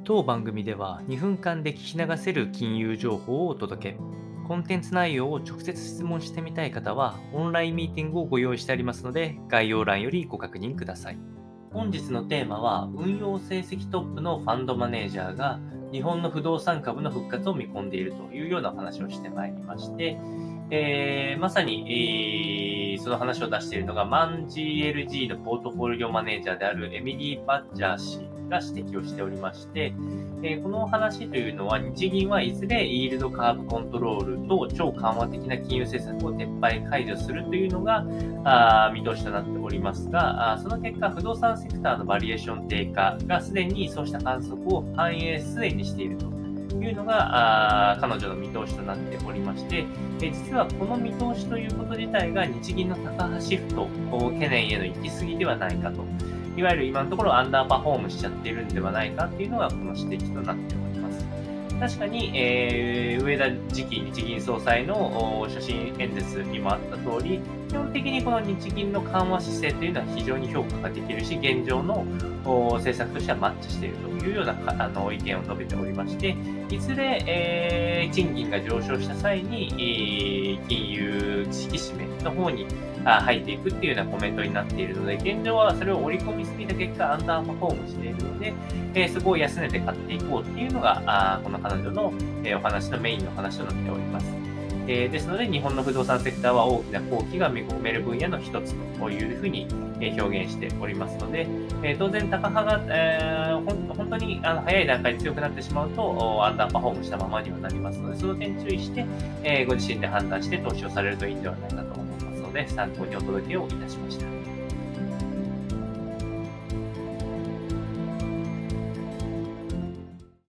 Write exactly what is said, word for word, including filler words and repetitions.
当番組ではにふんかんで聞き流せる金融情報をお届け。コンテンツ内容を直接質問してみたい方はオンラインミーティングをご用意してありますので、概要欄よりご確認ください。本日のテーマは、運用成績トップのファンドマネージャーが日本の不動産株の復活を見込んでいるというようなお話をしてまいりまして、えー、まさに、えー、その話を出しているのがマン ジーエルジー のポートフォリオマネージャーであるエミリー・バッジャー氏が指摘をしておりまして、えー、この話というのは、日銀はいずれイールドカーブコントロールと超緩和的な金融政策を撤廃解除するというのがあ見通しとなっておりますが、あその結果、不動産セクターのバリエーション低下がすでにそうした観測を反映すでにしているというのがあ彼女の見通しとなっておりまして、え実はこの見通しということ自体が日銀の高橋シフト懸念への行き過ぎではないかと、いわゆる今のところアンダーパフォームしちゃっているんではないかっていうのがこの指摘となっております。確かに、えー、上田次期日銀総裁の所信演説にもあった通り、基本的にこの日銀の緩和姿勢というのは非常に評価ができるし、現状の政策としてはマッチしているというようなあの意見を述べておりまして、いずれ、えー、賃金が上昇した際に、えー、金融引き締めの方に入っていくっていうようなコメントになっているので、現状はそれを織り込みすぎた結果、アンダーパフォームしているので、えー、そこを安値で買っていこうっていうのが、あこの彼女の、えー、お話のメインの話となっております。えー、ですので、日本の不動産セクターは大きな好機が見込める分野の一つというふうに表現しておりますので、えー、当然、高派が、えー、ほん本当にあの早い段階で強くなってしまうと、アンダーパフォームしたままにはなりますので、その点注意して、えー、ご自身で判断して投資をされるといいんではないかと思いますので、参考にお届けをいたしました。